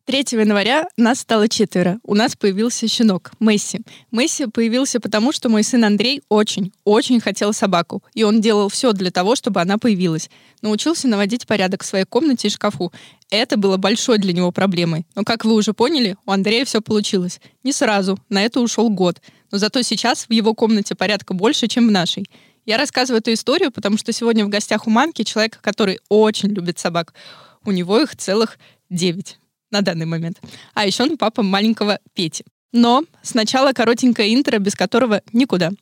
3 января нас стало 4. У нас появился щенок, Месси. Месси появился потому, что мой сын Андрей очень хотел собаку. И он делал все для того, чтобы она появилась. Научился наводить порядок в своей комнате и шкафу. Это было большой для него проблемой. Но, как вы уже поняли, у Андрея все получилось. Не сразу, на это ушел год. Но зато сейчас в его комнате порядка больше, чем в нашей. Я рассказываю эту историю, потому что сегодня в гостях у Манки человек, который очень любит собак. У него их целых 9. На данный момент. А еще он папа маленького Пети. Но сначала коротенькое интро, без которого никуда.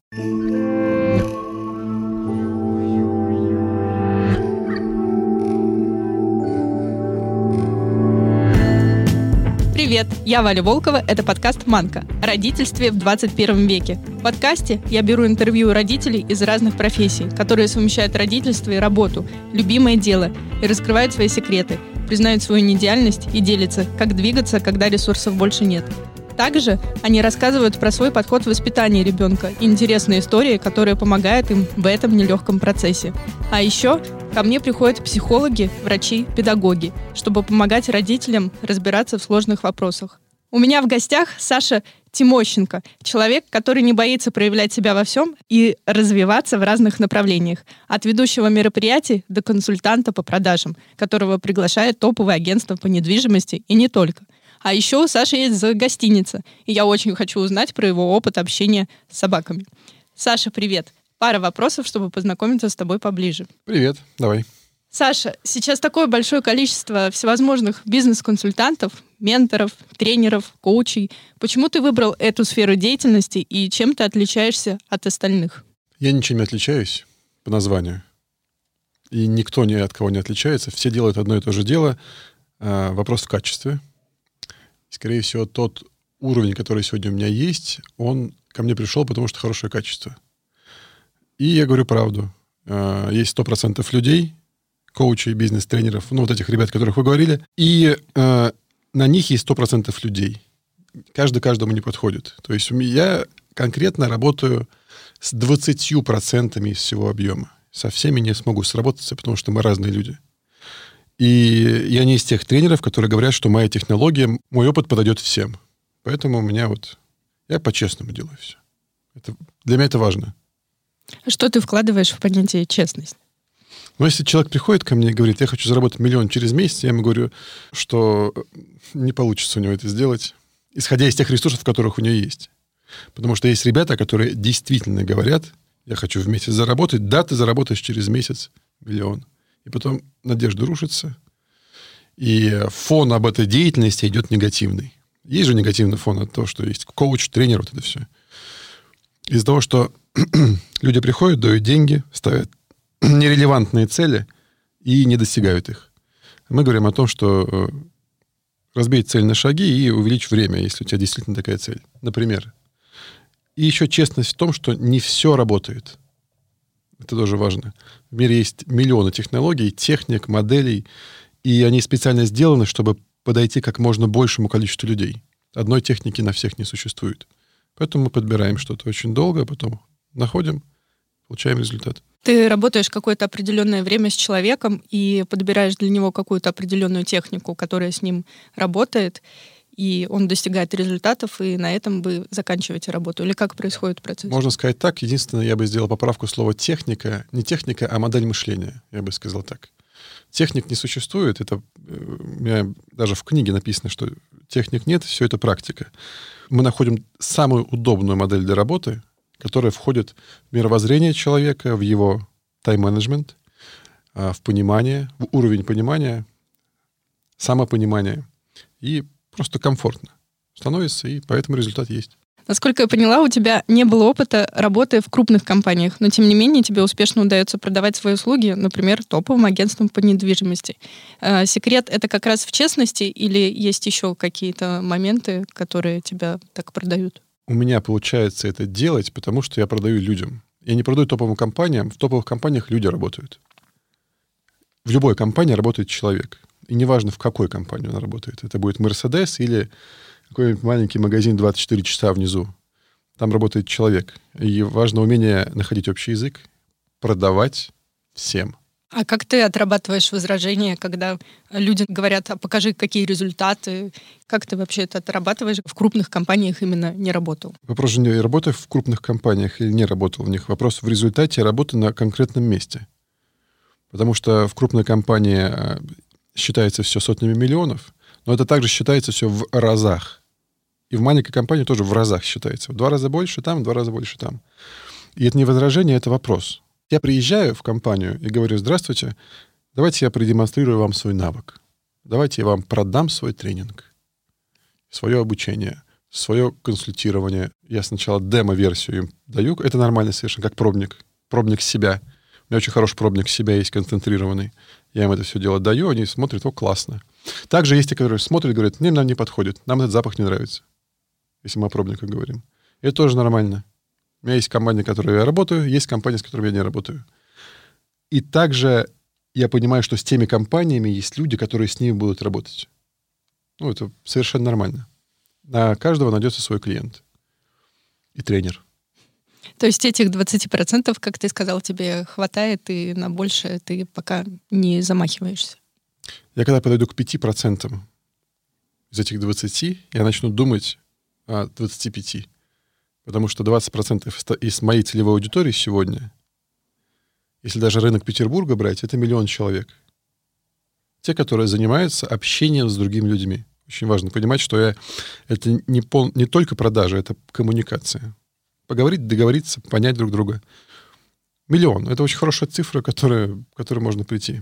Привет, я Валя Волкова, это подкаст «Манка. О родительстве в 21 веке». В подкасте я беру интервью у родителей из разных профессий, которые совмещают родительство и работу, любимое дело, и раскрывают свои секреты, признают свою неидеальность и делятся, как двигаться, когда ресурсов больше нет. Также они рассказывают про свой подход в воспитании ребенка и интересные истории, которые помогают им в этом нелегком процессе. А еще ко мне приходят психологи, врачи, педагоги, чтобы помогать родителям разбираться в сложных вопросах. У меня в гостях Саша Тимощенко, человек, который не боится проявлять себя во всем и развиваться в разных направлениях. От ведущего мероприятий до консультанта по продажам, которого приглашает топовое агентство по недвижимости и не только. А еще у Саши есть гостиница, и я очень хочу узнать про его опыт общения с собаками. Саша, привет. Пара вопросов, чтобы познакомиться с тобой поближе. Привет, давай. Саша, сейчас такое большое количество всевозможных бизнес-консультантов, менторов, тренеров, коучей. Почему ты выбрал эту сферу деятельности и чем ты отличаешься от остальных? Я ничем не отличаюсь по названию. И никто ни от кого не отличается. Все делают одно и то же дело. Вопрос в качестве. Скорее всего, тот уровень, который сегодня у меня есть, он ко мне пришел, потому что хорошее качество. И я говорю правду. Есть 100% людей, коучей, бизнес-тренеров, вот этих ребят, о которых вы говорили, и на них есть 100% людей. Каждый каждому не подходит. То есть я конкретно работаю с 20% из всего объема. Со всеми не смогу сработаться, потому что мы разные люди. И я не из тех тренеров, которые говорят, что моя технология, мой опыт подойдет всем. Поэтому у меня я по-честному делаю все. Для меня это важно. Что ты вкладываешь в понятие честность? Если человек приходит ко мне и говорит, я хочу заработать 1 миллион через месяц, я ему говорю, что не получится у него это сделать, исходя из тех ресурсов, которых у него есть. Потому что есть ребята, которые действительно говорят, я хочу в месяц заработать, да, ты заработаешь через месяц 1 миллион. И потом надежда рушится, и фон об этой деятельности идет негативный. Есть же негативный фон от того, что есть коуч, тренер, вот это все. Из-за того, что люди приходят, дают деньги, ставят нерелевантные цели и не достигают их. Мы говорим о том, что разбей цель на шаги и увеличь время, если у тебя действительно такая цель. Например. И еще честность в том, что не все работает. Это тоже важно. В мире есть миллионы технологий, техник, моделей, и они специально сделаны, чтобы подойти как можно большему количеству людей. Одной техники на всех не существует. Поэтому мы подбираем что-то очень долго, а потом находим, получаем результат. Ты работаешь какое-то определенное время с человеком и подбираешь для него какую-то определенную технику, которая с ним работает, и он достигает результатов, и на этом вы заканчиваете работу? Или как происходит процесс? Можно сказать так. Единственное, я бы сделал поправку слова «техника». Не техника, а модель мышления, я бы сказал так. Техник не существует. Это у меня даже в книге написано, что техник нет, все это практика. Мы находим самую удобную модель для работы, которая входит в мировоззрение человека, в его тайм-менеджмент, в понимание, в уровень понимания, самопонимания. И просто комфортно становится, и поэтому результат есть. Насколько я поняла, у тебя не было опыта работы в крупных компаниях, но тем не менее тебе успешно удается продавать свои услуги, например, топовым агентствам по недвижимости. Секрет это как раз в честности или есть еще какие-то моменты, которые тебя так продают? У меня получается это делать, потому что я продаю людям. Я не продаю топовым компаниям, в топовых компаниях люди работают. В любой компании работает человек. И неважно, в какой компании он работает. Это будет Mercedes или какой-нибудь маленький магазин 24 часа внизу. Там работает человек. И важно умение находить общий язык, продавать всем. А как ты отрабатываешь возражения, когда люди говорят, а покажи, какие результаты? Как ты вообще это отрабатываешь? В крупных компаниях именно не работал. Вопрос же не работаю в крупных компаниях или не работал в них. Вопрос в результате работы на конкретном месте. Потому что в крупной компании считается все сотнями миллионов, но это также считается все в разах. И в маленькой компании тоже в разах считается. В 2 раза больше там, в 2 раза больше там. И это не возражение, это вопрос. Я приезжаю в компанию и говорю: здравствуйте, давайте я продемонстрирую вам свой навык. Давайте я вам продам свой тренинг, свое обучение, свое консультирование. Я сначала демо-версию им даю. Это нормально совершенно, как пробник. Пробник себя. У меня очень хороший пробник себя есть, концентрированный. Я им это все дело даю, они смотрят: о, классно. Также есть те, которые смотрят и говорят: нам не подходит, нам этот запах не нравится. Если мы о пробниках говорим. И это тоже нормально. У меня есть компания, в которой я работаю, есть компания, с которой я не работаю. И также я понимаю, что с теми компаниями есть люди, которые с ними будут работать. Ну, это совершенно нормально. На каждого найдется свой клиент и тренер. То есть этих 20%, как ты сказал, тебе хватает, и на большее ты пока не замахиваешься? Я когда подойду к 5% из этих 20, я начну думать о 25%. Потому что 20% из моей целевой аудитории сегодня, если даже рынок Петербурга брать, это 1 миллион человек. Те, которые занимаются общением с другими людьми. Очень важно понимать, что это не только продажа, это коммуникация. Поговорить, договориться, понять друг друга. 1 миллион — это очень хорошая цифра, к которой можно прийти.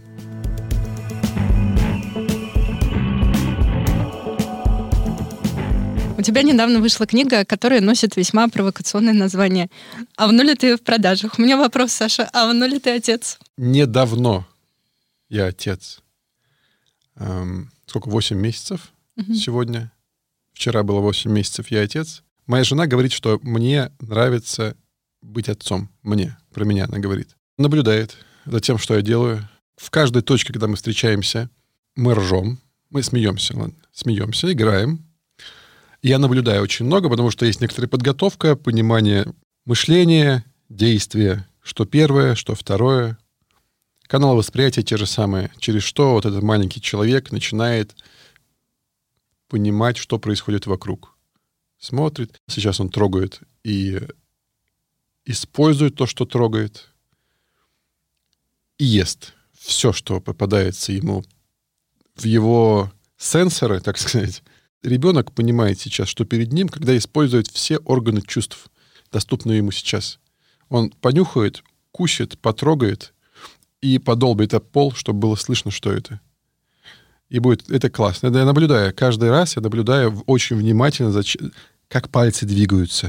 У тебя недавно вышла книга, которая носит весьма провокационное название «Давно ли ты в продажах?». У меня вопрос, Саша, а давно ли ты отец? Недавно я отец. 8 месяцев сегодня. Вчера было 8 месяцев, я отец. Моя жена говорит, что мне нравится быть отцом. Про меня она говорит. Наблюдает за тем, что я делаю. В каждой точке, когда мы встречаемся, мы ржем, мы смеемся, играем. Я наблюдаю очень много, потому что есть некоторая подготовка, понимание мышления, действия, что первое, что второе. Каналы восприятия те же самые, через что вот этот маленький человек начинает понимать, что происходит вокруг. Смотрит. Сейчас он трогает и использует то, что трогает, и ест все, что попадается ему в его сенсоры, так сказать. Ребенок понимает сейчас, что перед ним, когда использует все органы чувств, доступные ему сейчас. Он понюхает, кусит, потрогает и подолбит об пол, чтобы было слышно, что это. И будет это классно. Я наблюдаю. Каждый раз я наблюдаю очень внимательно, как пальцы двигаются.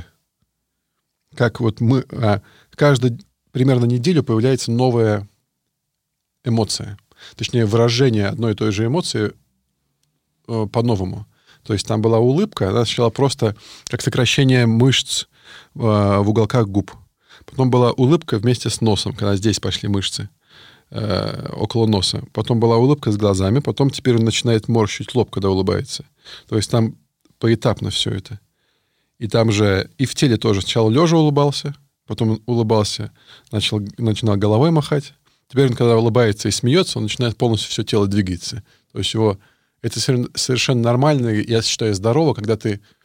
Как вот каждую примерно неделю появляется новая эмоция. Точнее, выражение одной и той же эмоции по-новому. То есть там была улыбка, она сначала просто как сокращение мышц в уголках губ. Потом была улыбка вместе с носом, когда здесь пошли мышцы около носа. Потом была улыбка с глазами, потом теперь он начинает морщить лоб, когда улыбается. То есть там поэтапно все это. И там же и в теле тоже. Сначала лежа улыбался, потом он улыбался, начинал головой махать. Теперь он, когда улыбается и смеется, он начинает полностью все тело двигаться. То есть это совершенно нормально, я считаю, здорово, когда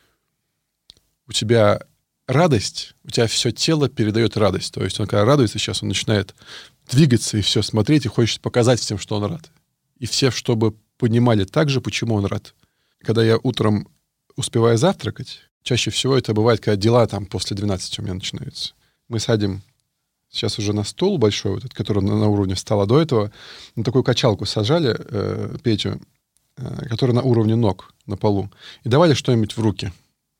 у тебя радость, у тебя все тело передает радость. То есть он, когда радуется сейчас, он начинает двигаться и все смотреть, и хочет показать всем, что он рад. И все, чтобы понимали также, почему он рад. Когда я утром успеваю завтракать, чаще всего это бывает, когда дела там после 12 у меня начинаются. Мы садим сейчас уже на стул большой, вот этот, который на уровне стола до этого, на такую качалку сажали Петю, который на уровне ног на полу, и давали что-нибудь в руки.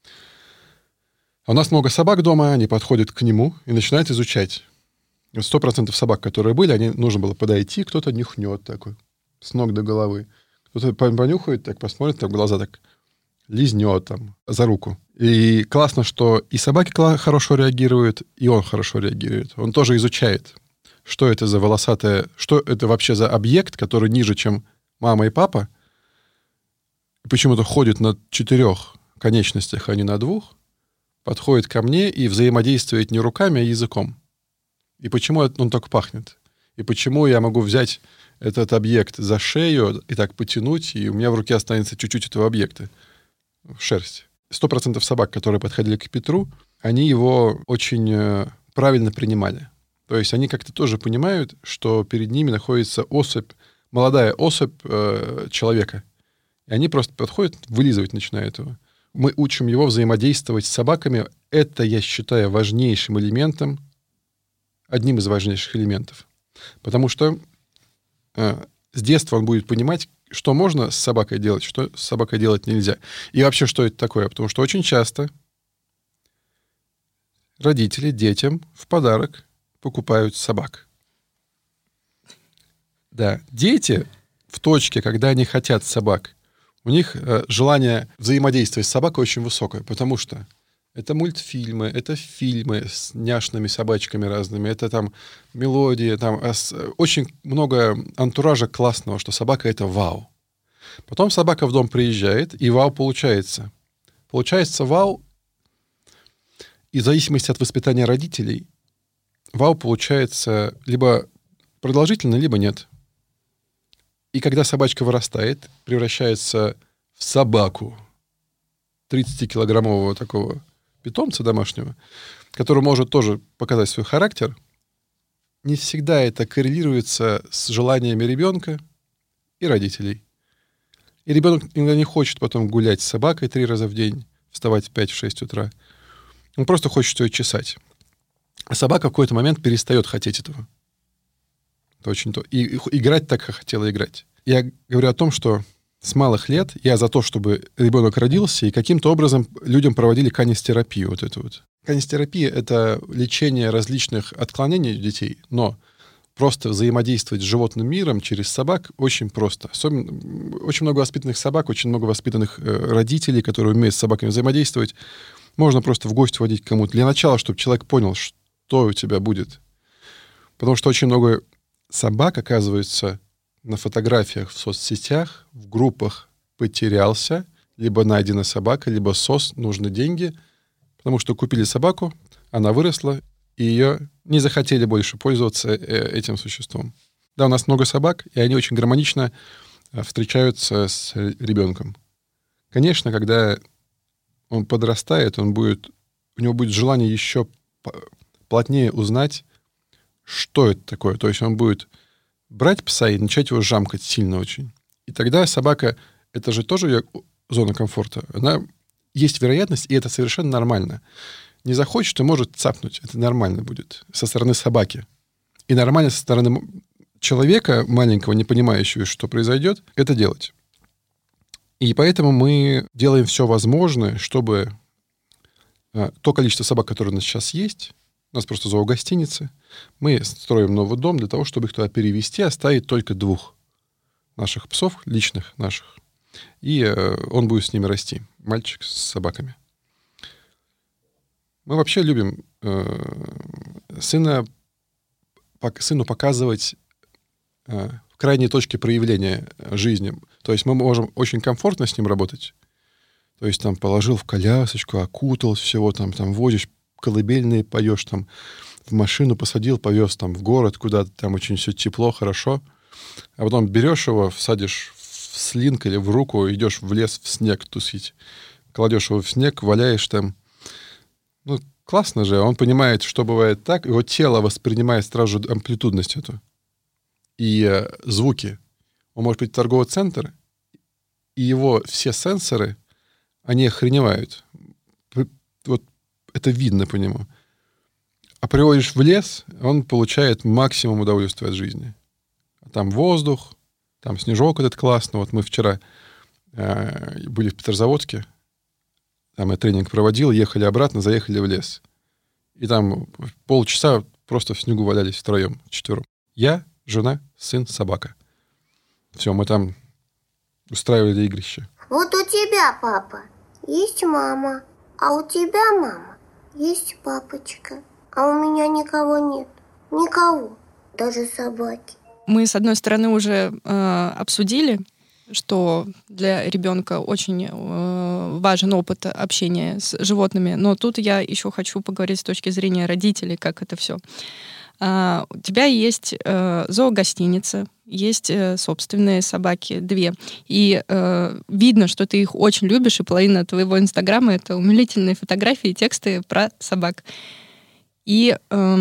А у нас много собак дома, они подходят к нему и начинают изучать. 100% собак, которые были, нужно было подойти, кто-то нюхнет такой, с ног до головы. Кто-то понюхает, так посмотрит, так в глаза так лизнет там за руку. И классно, что и собаки хорошо реагируют, и он хорошо реагирует. Он тоже изучает, что это за волосатое, что это вообще за объект, который ниже, чем мама и папа, почему-то ходит на 4 конечностях, а не на 2, подходит ко мне и взаимодействует не руками, а языком. И почему он так пахнет? И И почему я могу взять этот объект за шею и так потянуть, и у меня в руке останется чуть-чуть этого объекта. Шерсть. 100% собак, которые подходили к Петру, они его очень правильно принимали. То есть они как-то тоже понимают, что перед ними находится особь, молодая особь человека. И они просто подходят, вылизывать начинают его. Мы учим его взаимодействовать с собаками. Это, я считаю, важнейшим элементом, одним из важнейших элементов. Потому что с детства он будет понимать, что можно с собакой делать, что с собакой делать нельзя. И вообще, что это такое? Потому что очень часто родители детям в подарок покупают собак. Да, дети в точке, когда они хотят собак, у них желание взаимодействовать с собакой очень высокое, потому что это мультфильмы, это фильмы с няшными собачками разными, это там мелодии, там очень много антуража классного, что собака — это вау. Потом собака в дом приезжает, и вау получается. Получается вау, и в зависимости от воспитания родителей, вау получается либо продолжительно, либо нет. И когда собачка вырастает, превращается в собаку 30-килограммового такого питомца домашнего, который может тоже показать свой характер, не всегда это коррелируется с желаниями ребенка и родителей. И ребенок иногда не хочет потом гулять с собакой 3 раза в день, вставать в 5-6 утра. Он просто хочет ее чесать. А собака в какой-то момент перестает хотеть этого. Это очень то. И играть так, как хотела играть. Я говорю о том, что с малых лет я за то, чтобы ребенок родился, и каким-то образом людям проводили канистерапию. Вот эту вот. Канистерапия — это лечение различных отклонений у детей, но просто взаимодействовать с животным миром через собак очень просто. Особенно очень много воспитанных собак, очень много воспитанных родителей, которые умеют с собаками взаимодействовать. Можно просто в гости водить к кому-то. Для начала, чтобы человек понял, что у тебя будет. Потому что очень много собак, оказывается, на фотографиях в соцсетях, в группах потерялся, либо найдена собака, либо СОС, нужны деньги, потому что купили собаку, она выросла, и ее не захотели больше пользоваться этим существом. Да, у нас много собак, и они очень гармонично встречаются с ребенком. Конечно, когда он подрастает, у него будет желание еще плотнее узнать, что это такое. То есть он будет брать пса и начать его жамкать сильно очень. И тогда собака, это же тоже ее зона комфорта. Есть вероятность, и это совершенно нормально. Не захочет, и может цапнуть. Это нормально будет со стороны собаки. И нормально со стороны человека, маленького, не понимающего, что произойдет, это делать. И поэтому мы делаем все возможное, чтобы то количество собак, которые у нас сейчас есть, у нас просто зоогостиница, мы строим новый дом для того, чтобы их туда перевести, оставить только 2 наших псов, личных наших. И он будет с ними расти, мальчик с собаками. Мы вообще любим сыну показывать крайние точки проявления жизни. То есть мы можем очень комфортно с ним работать. То есть там положил в колясочку, окутал всего, там возишь, колыбельные поешь, там в машину посадил, повез там в город куда-то, там очень все тепло, хорошо. А потом берешь его, всадишь в слинг или в руку, идешь в лес в снег тусить. Кладешь его в снег, валяешь там. Ну, классно же. Он понимает, что бывает так. Его тело воспринимает сразу же амплитудность эту. И звуки. Он может быть в торговый центр, и его все сенсоры, они охреневают. Вот это видно по нему. А приводишь в лес, он получает максимум удовольствия от жизни. Там воздух, там снежок этот классный. Вот мы вчера были в Петрозаводске, там я тренинг проводил, ехали обратно, заехали в лес. И там полчаса просто в снегу валялись втроем, 4. Я, жена, сын, собака. Все, мы там устраивали игрище. Вот у тебя, папа, есть мама, а у тебя, мама, есть папочка. А у меня никого нет. Никого. Даже собаки. Мы, с одной стороны, уже обсудили, что для ребенка очень важен опыт общения с животными. Но тут я еще хочу поговорить с точки зрения родителей, как это все У тебя есть зоогостиница, есть собственные собаки, 2. И видно, что ты их очень любишь, и половина твоего Инстаграма — это умилительные фотографии и тексты про собак. И,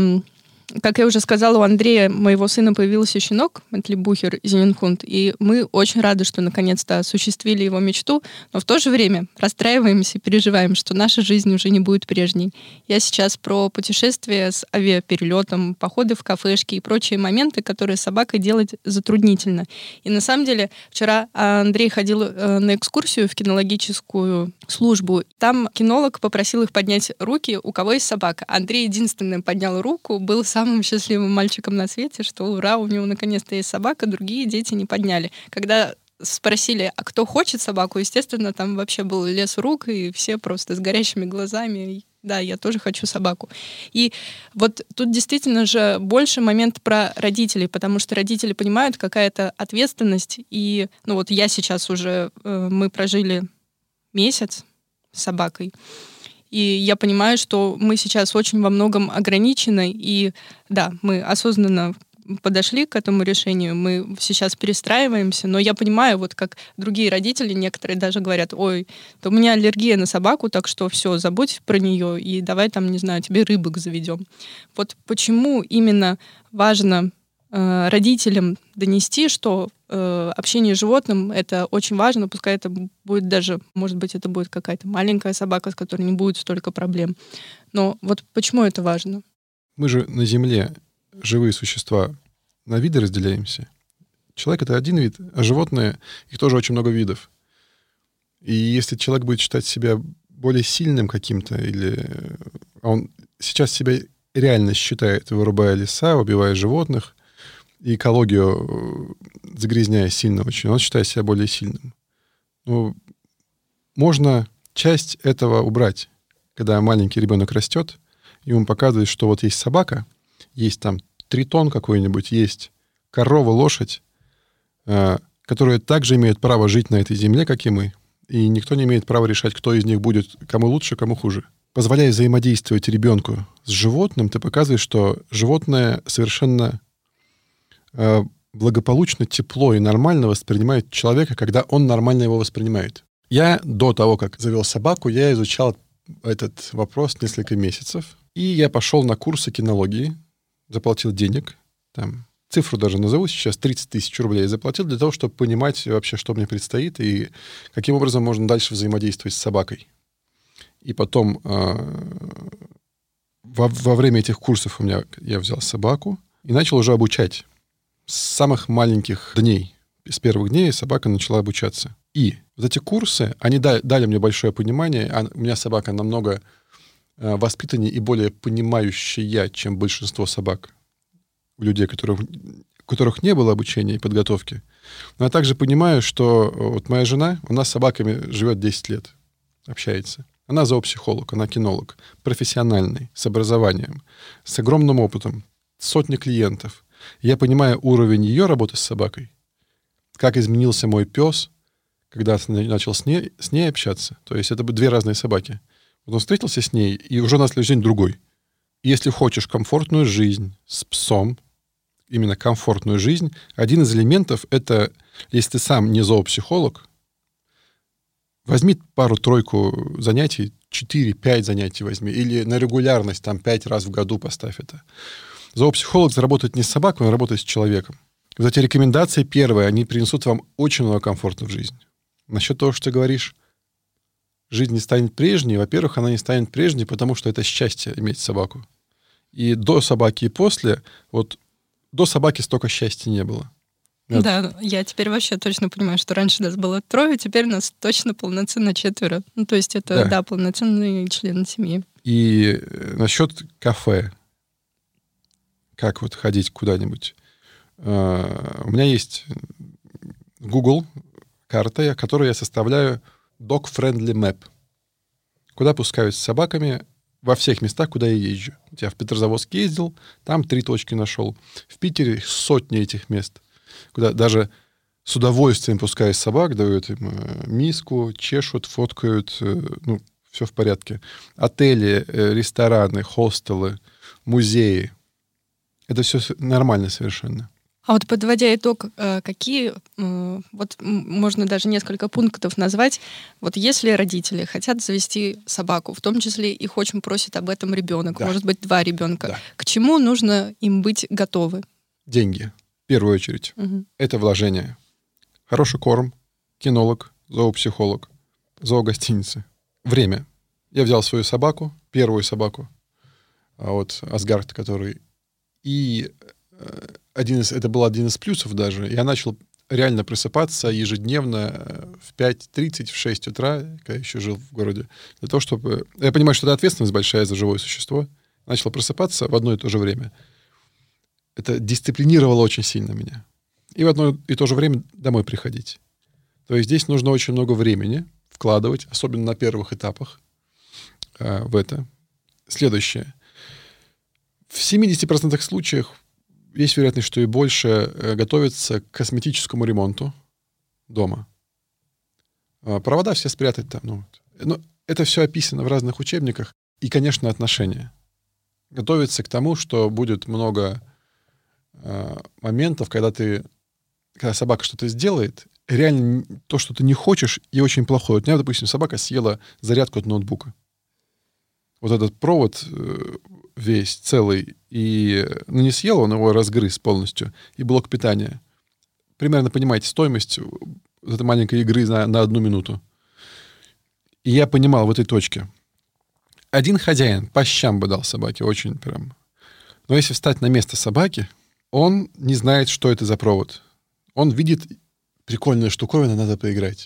как я уже сказала, у Андрея, моего сына, появился щенок, Меттлибухер Зенинхунд, и мы очень рады, что наконец-то осуществили его мечту, но в то же время расстраиваемся и переживаем, что наша жизнь уже не будет прежней. Я сейчас про путешествия с авиаперелетом, походы в кафешки и прочие моменты, которые с собакой делать затруднительно. И на самом деле вчера Андрей ходил на экскурсию в кинологическую службу. Там кинолог попросил их поднять руки, у кого есть собака. Андрей единственный поднял руку, был самым счастливым мальчиком на свете, что ура, у него наконец-то есть собака, другие дети не подняли. Когда спросили, а кто хочет собаку, естественно, там вообще был лес рук, и все просто с горящими глазами. Да, я тоже хочу собаку. И вот тут действительно же больше момент про родителей, потому что родители понимают, какая-то ответственность. И ну вот я сейчас уже, мы прожили месяц с собакой, и я понимаю, что мы сейчас очень во многом ограничены, и да, мы осознанно подошли к этому решению, мы сейчас перестраиваемся, но я понимаю, вот как другие родители, некоторые даже говорят, ой, то у меня аллергия на собаку, так что все, забудь про нее, и давай там, не знаю, тебе рыбок заведем. Вот почему именно важно родителям донести, что общение с животным — это очень важно, пускай это будет даже, может быть, это будет какая-то маленькая собака, с которой не будет столько проблем. Но вот почему это важно? Мы же на Земле живые существа, на виды разделяемся. Человек — это один вид, а животные, их тоже очень много видов. И если человек будет считать себя более сильным каким-то, или он сейчас себя реально считает, вырубая леса, убивая животных, и экологию загрязняя сильно очень, он считает себя более сильным. Ну, можно часть этого убрать. Когда маленький ребенок растет, ему показывают, что вот есть собака, есть там тритон какой-нибудь, есть корова, лошадь, которые также имеют право жить на этой земле, как и мы. И никто не имеет права решать, кто из них будет, кому лучше, кому хуже. Позволяя взаимодействовать ребенку с животным, ты показываешь, что животное совершенно благополучно, тепло и нормально воспринимает человека, когда он нормально его воспринимает. Я до того, как завел собаку, я изучал этот вопрос несколько месяцев. И я пошел на курсы кинологии, заплатил денег, там, цифру даже назову сейчас, 30 тысяч рублей заплатил для того, чтобы понимать вообще, что мне предстоит и каким образом можно дальше взаимодействовать с собакой. И потом во время этих курсов я взял собаку и начал уже обучать. С самых маленьких дней, с первых дней собака начала обучаться. И вот эти курсы, они дали мне большое понимание. У меня собака намного воспитаннее и более понимающая, чем большинство собак у людей, у которых не было обучения и подготовки. Но я также понимаю, что вот моя жена, у нас с собаками живет 10 лет, общается. Она зоопсихолог, она кинолог, профессиональный, с образованием, с огромным опытом, сотни клиентов. Я понимаю уровень ее работы с собакой, как изменился мой пес, когда начал с ней общаться. То есть это 2 разные собаки. Вот он встретился с ней, и уже на следующий день другой. И если хочешь комфортную жизнь с псом, именно комфортную жизнь, один из элементов — это, если ты сам не зоопсихолог, возьми пару-тройку занятий, 4-5 занятий возьми, или на регулярность, там, 5 раз в году поставь это. Зоопсихолог заработает не с собакой, он работает с человеком. Вот эти рекомендации первые, они принесут вам очень много комфорта в жизнь. Насчет того, что ты говоришь, жизнь не станет прежней, во-первых, она не станет прежней, потому что это счастье иметь собаку. И до собаки, и после, вот до собаки столько счастья не было. Да, я теперь вообще точно понимаю, что раньше нас было 3, теперь нас точно полноценно 4. Ну, то есть это, да, полноценные члены семьи. И насчет кафе. Как вот ходить куда-нибудь. У меня есть Google карта, которую я составляю Dog-Friendly Map. Куда пускаюсь с собаками во всех местах, куда я езжу. Я в Петрозаводск ездил, там 3 точки нашел. В Питере сотни этих мест, куда даже с удовольствием пускаюсь собак, дают им миску, чешут, фоткают, ну, все в порядке. Отели, рестораны, хостелы, музеи. Это все нормально совершенно. А вот подводя итог, какие, вот можно даже несколько пунктов назвать, вот если родители хотят завести собаку, в том числе их очень просит об этом ребенок, Да. может быть, 2 ребенка, Да. к чему нужно им быть готовы? Деньги, в первую очередь. Мгм. Это вложение. Хороший корм, кинолог, зоопсихолог, зоогостиница. Время. Я взял свою собаку, первую собаку, вот Асгард, который... И это был один из плюсов даже. Я начал реально просыпаться ежедневно в 5:30, в 6 утра, когда еще жил в городе, для того, чтобы... Я понимаю, что это ответственность большая за живое существо. Начал просыпаться в одно и то же время. Это дисциплинировало очень сильно меня. И в одно и то же время домой приходить. То есть здесь нужно очень много времени вкладывать, особенно на первых этапах в это. Следующее. В 70% случаев есть вероятность, что и больше готовится к косметическому ремонту дома. Провода все спрятать там. Но это все описано в разных учебниках. И, конечно, отношения. Готовиться к тому, что будет много моментов, когда собака что-то сделает, реально то, что ты не хочешь, и очень плохое. Вот у меня, допустим, собака съела зарядку от ноутбука. Вот этот провод весь целый, и не съел, он его разгрыз полностью, и блок питания. Примерно понимаете стоимость вот этой маленькой игры на 1 минуту. И я понимал в этой точке. Один хозяин по щам бы дал собаке, очень прям. Но если встать на место собаки, он не знает, что это за провод. Он видит прикольную штуковину, надо поиграть.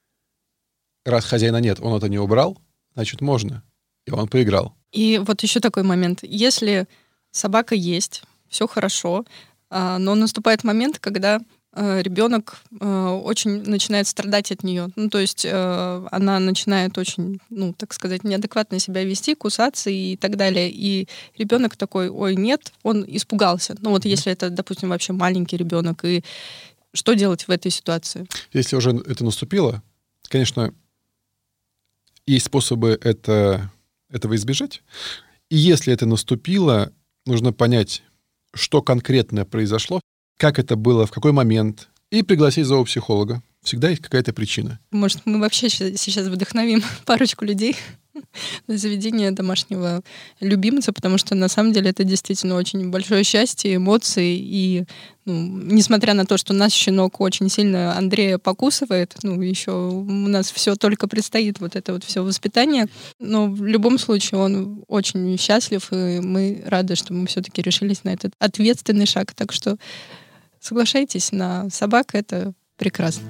Раз хозяина нет, он это не убрал, значит, можно. И он поиграл. И вот еще такой момент. Если собака есть, все хорошо, но наступает момент, когда ребенок очень начинает страдать от нее. Ну, то есть она начинает очень, так сказать, неадекватно себя вести, кусаться и так далее. И ребенок такой, ой, нет, он испугался. Ну, вот если это, допустим, вообще маленький ребенок, и что делать в этой ситуации? Если уже это наступило, конечно, есть способы этого избежать. И если это наступило, нужно понять, что конкретно произошло, как это было, в какой момент, и пригласить зоопсихолога. Всегда есть какая-то причина. Может, мы вообще сейчас вдохновим парочку людей на заведение домашнего любимца, потому что на самом деле это действительно очень большое счастье, эмоции. И несмотря на то, что наш щенок очень сильно Андрея покусывает, еще у нас все только предстоит, вот это вот все воспитание. Но в любом случае он очень счастлив, и мы рады, что мы все-таки решились на этот ответственный шаг. Так что соглашайтесь на собак, это прекрасно.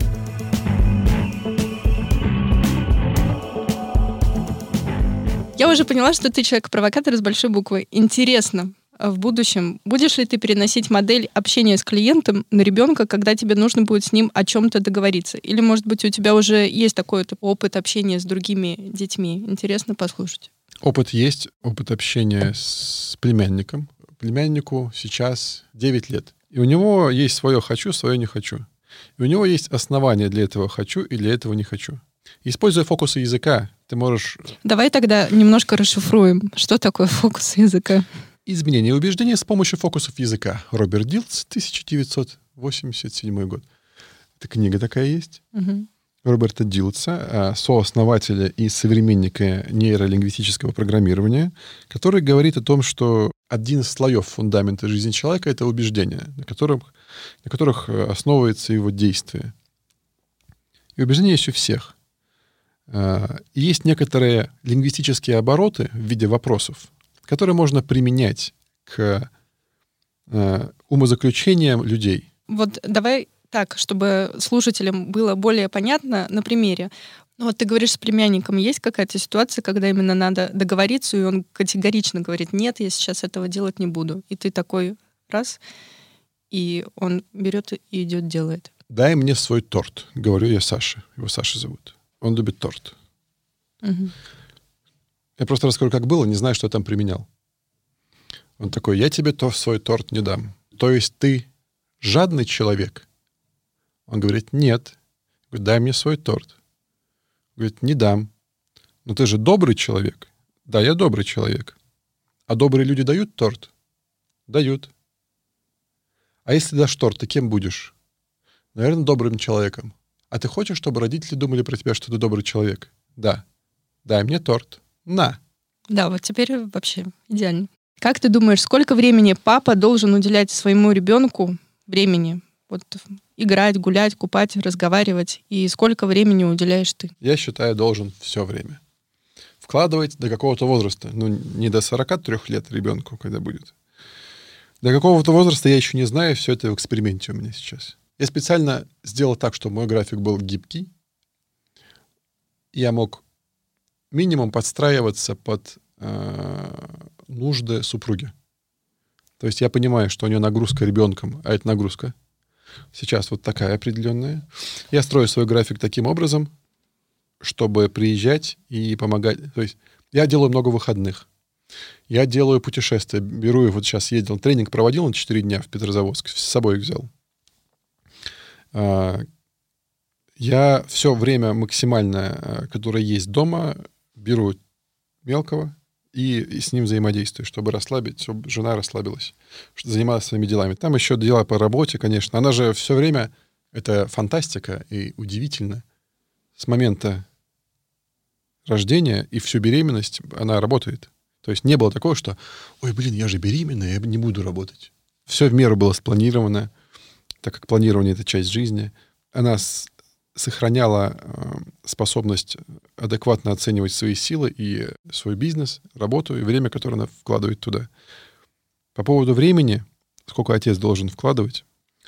Я уже поняла, что ты человек-провокатор с большой буквы. Интересно, в будущем будешь ли ты переносить модель общения с клиентом на ребенка, когда тебе нужно будет с ним о чем-то договориться? Или, может быть, у тебя уже есть такой опыт общения с другими детьми? Интересно послушать. Опыт есть, опыт общения с племянником. Племяннику сейчас 9 лет. И у него есть свое «хочу», свое «не хочу». И у него есть основания для этого «хочу» и для этого «не хочу». Используя фокусы языка, ты можешь... Давай тогда немножко расшифруем, что такое фокус языка. Изменение убеждения с помощью фокусов языка. Роберт Дилтс, 1987 год. Это книга такая есть. Угу. Роберта Дилтса, сооснователя и современника нейролингвистического программирования, который говорит о том, что один из слоев фундамента жизни человека — это убеждения, на которых основывается его действие. И убеждения есть у всех. И есть некоторые лингвистические обороты в виде вопросов, которые можно применять к умозаключениям людей. Вот давай так, чтобы слушателям было более понятно на примере. Вот ты говоришь, с племянником есть какая-то ситуация, когда именно надо договориться, и он категорично говорит: нет, я сейчас этого делать не буду. И ты такой раз, и он берет и идет, делает. Дай мне свой торт, говорю я Саше. Его Саша зовут. Он любит торт. Угу. Я просто расскажу, как было, не знаю, что я там применял. Он такой: я тебе свой торт не дам. То есть ты жадный человек? Он говорит: нет. Говорит: дай мне свой торт. Говорит: не дам. Но ты же добрый человек. Да, я добрый человек. А добрые люди дают торт? Дают. А если дашь торт, ты кем будешь? Наверное, добрым человеком. А ты хочешь, чтобы родители думали про тебя, что ты добрый человек? Да. Дай мне торт. На. Да, вот теперь вообще идеально. Как ты думаешь, сколько времени папа должен уделять своему ребенку времени? Вот играть, гулять, купать, разговаривать. И сколько времени уделяешь ты? Я считаю, должен все время. Вкладывать до какого-то возраста. Ну, не до 43 лет ребенку, когда будет. До какого-то возраста я еще не знаю. Все это в эксперименте у меня сейчас. Я специально сделал так, чтобы мой график был гибкий. Я мог минимум подстраиваться под нужды супруги. То есть я понимаю, что у нее нагрузка ребенком, а это нагрузка. Сейчас вот такая определенная. Я строю свой график таким образом, чтобы приезжать и помогать. То есть я делаю много выходных. Я делаю путешествия. Беру, вот сейчас ездил, тренинг проводил на 4 дня в Петрозаводск. С собой их взял. Я все время максимально, которое есть дома, беру мелкого и с ним взаимодействую, чтобы расслабить, чтобы жена расслабилась, чтобы занималась своими делами. Там еще дела по работе, конечно. Она же все время, это фантастика и удивительно. С момента рождения и всю беременность она работает. То есть не было такого, что «Ой, блин, я же беременная, я не буду работать». Все в меру было спланировано, так как планирование — это часть жизни. Она сохраняла способность адекватно оценивать свои силы и свой бизнес, работу и время, которое она вкладывает туда. По поводу времени, сколько отец должен вкладывать,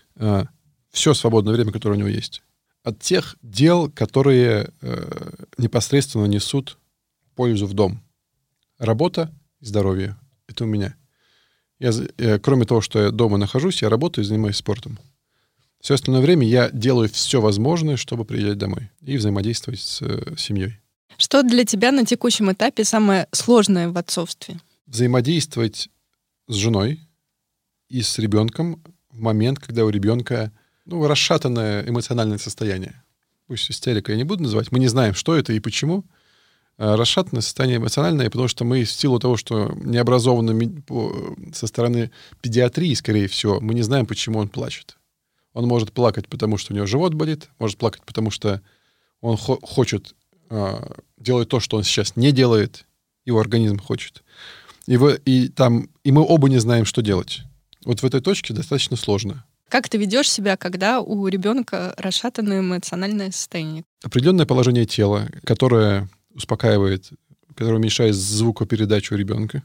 все свободное время, которое у него есть. От тех дел, которые непосредственно несут пользу в дом. Работа и здоровье. Это у меня. Я, кроме того, что я дома нахожусь, я работаю и занимаюсь спортом. Все остальное время я делаю все возможное, чтобы приезжать домой и взаимодействовать с семьей. Что для тебя на текущем этапе самое сложное в отцовстве? Взаимодействовать с женой и с ребенком в момент, когда у ребенка расшатанное эмоциональное состояние. Пусть истерика я не буду называть, мы не знаем, что это и почему. Расшатанное состояние эмоциональное, потому что мы в силу того, что не образованы со стороны педиатрии, скорее всего, мы не знаем, почему он плачет. Он может плакать, потому что у него живот болит, может плакать, потому что он хочет делать то, что он сейчас не делает, его организм хочет. И мы оба не знаем, что делать. Вот в этой точке достаточно сложно. Как ты ведешь себя, когда у ребенка расшатанное эмоциональное состояние? Определенное положение тела, которое успокаивает, которое уменьшает звукопередачу ребенка.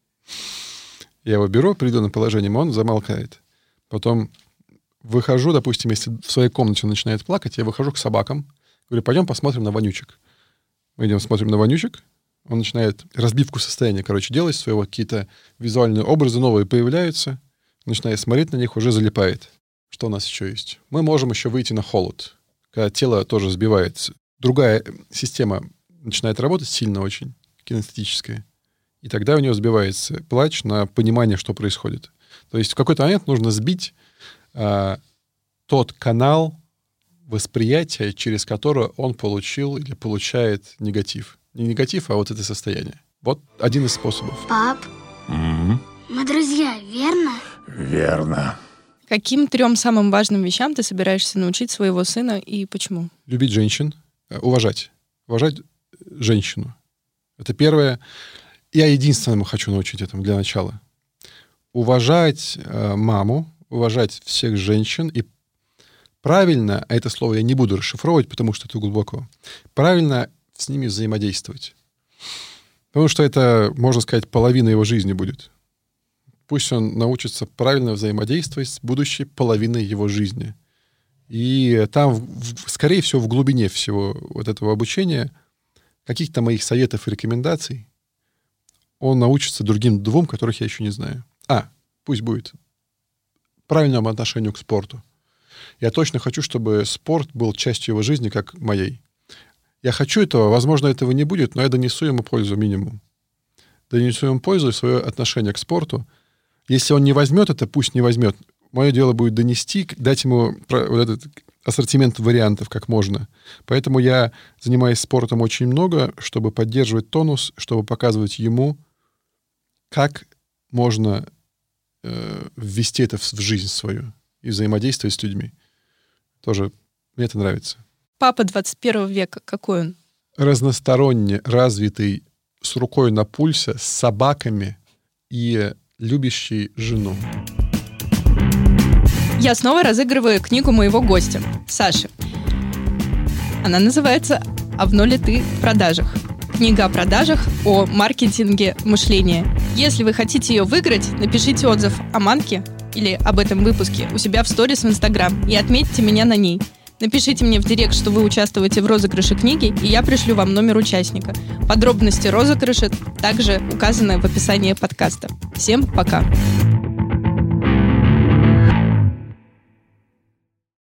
Я его беру определенным положением, он замолкает. Потом выхожу, допустим, если в своей комнате он начинает плакать, я выхожу к собакам, говорю, пойдем посмотрим на Вонючек. Мы идем, смотрим на Вонючек, он начинает разбивку состояния, делать своего, какие-то визуальные образы новые появляются, начинает смотреть на них, уже залипает. Что у нас еще есть? Мы можем еще выйти на холод, когда тело тоже сбивается. Другая система начинает работать сильно очень, кинестетическая. И тогда у него сбивается плач на понимание, что происходит. То есть в какой-то момент нужно сбить тот канал восприятия, через который он получил или получает негатив. Не негатив, а вот это состояние. Вот один из способов. Пап, мы друзья, верно? Верно. Каким 3 самым важным вещам ты собираешься научить своего сына и почему? Любить женщин, уважать. Уважать женщину. Это первое. Я единственному хочу научить этому для начала. Уважать маму, уважать всех женщин и правильно, а это слово я не буду расшифровывать, потому что это глубоко, правильно с ними взаимодействовать. Потому что это, можно сказать, половина его жизни будет. Пусть он научится правильно взаимодействовать с будущей половиной его жизни. И там, скорее всего, в глубине всего вот этого обучения, каких-то моих советов и рекомендаций, он научится другим 2, которых я еще не знаю. Пусть будет правильному отношению к спорту. Я точно хочу, чтобы спорт был частью его жизни, как моей. Я хочу этого, возможно, этого не будет, но я донесу ему пользу минимум. Донесу ему пользу и свое отношение к спорту. Если он не возьмет это, пусть не возьмет. Мое дело будет донести, дать ему вот этот ассортимент вариантов как можно. Поэтому я занимаюсь спортом очень много, чтобы поддерживать тонус, чтобы показывать ему, как можно ввести это в жизнь свою и взаимодействовать с людьми. Тоже мне это нравится. Папа 21 века, какой он? Разносторонне развитый, с рукой на пульсе, с собаками и любящий жену. Я снова разыгрываю книгу моего гостя, Саши. Она называется «Авно ли ты в продажах?». Книга о продажах, о маркетинге мышления. Если вы хотите ее выиграть, напишите отзыв о Манке или об этом выпуске у себя в сторис в Инстаграм и отметьте меня на ней. Напишите мне в директ, что вы участвуете в розыгрыше книги, и я пришлю вам номер участника. Подробности розыгрыша также указаны в описании подкаста. Всем пока!